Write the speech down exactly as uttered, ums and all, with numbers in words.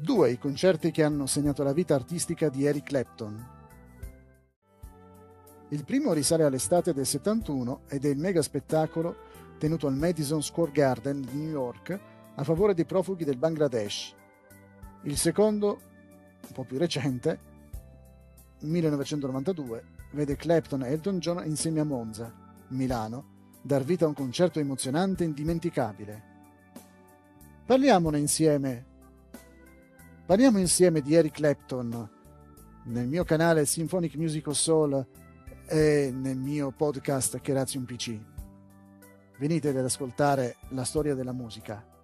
Due i concerti che hanno segnato la vita artistica di Eric Clapton. Il primo risale all'estate del settantuno ed è il mega spettacolo tenuto al Madison Square Garden di New York a favore dei profughi del Bangladesh. Il secondo, un po' più recente, millenovecentonovantadue, vede Clapton e Elton John insieme a Monza, Milano, dar vita a un concerto emozionante e indimenticabile. Parliamone insieme. Parliamo insieme di Eric Clapton nel mio canale Symphonic Musical Soul e nel mio podcast Cherazium P C. Venite ad ascoltare la storia della musica.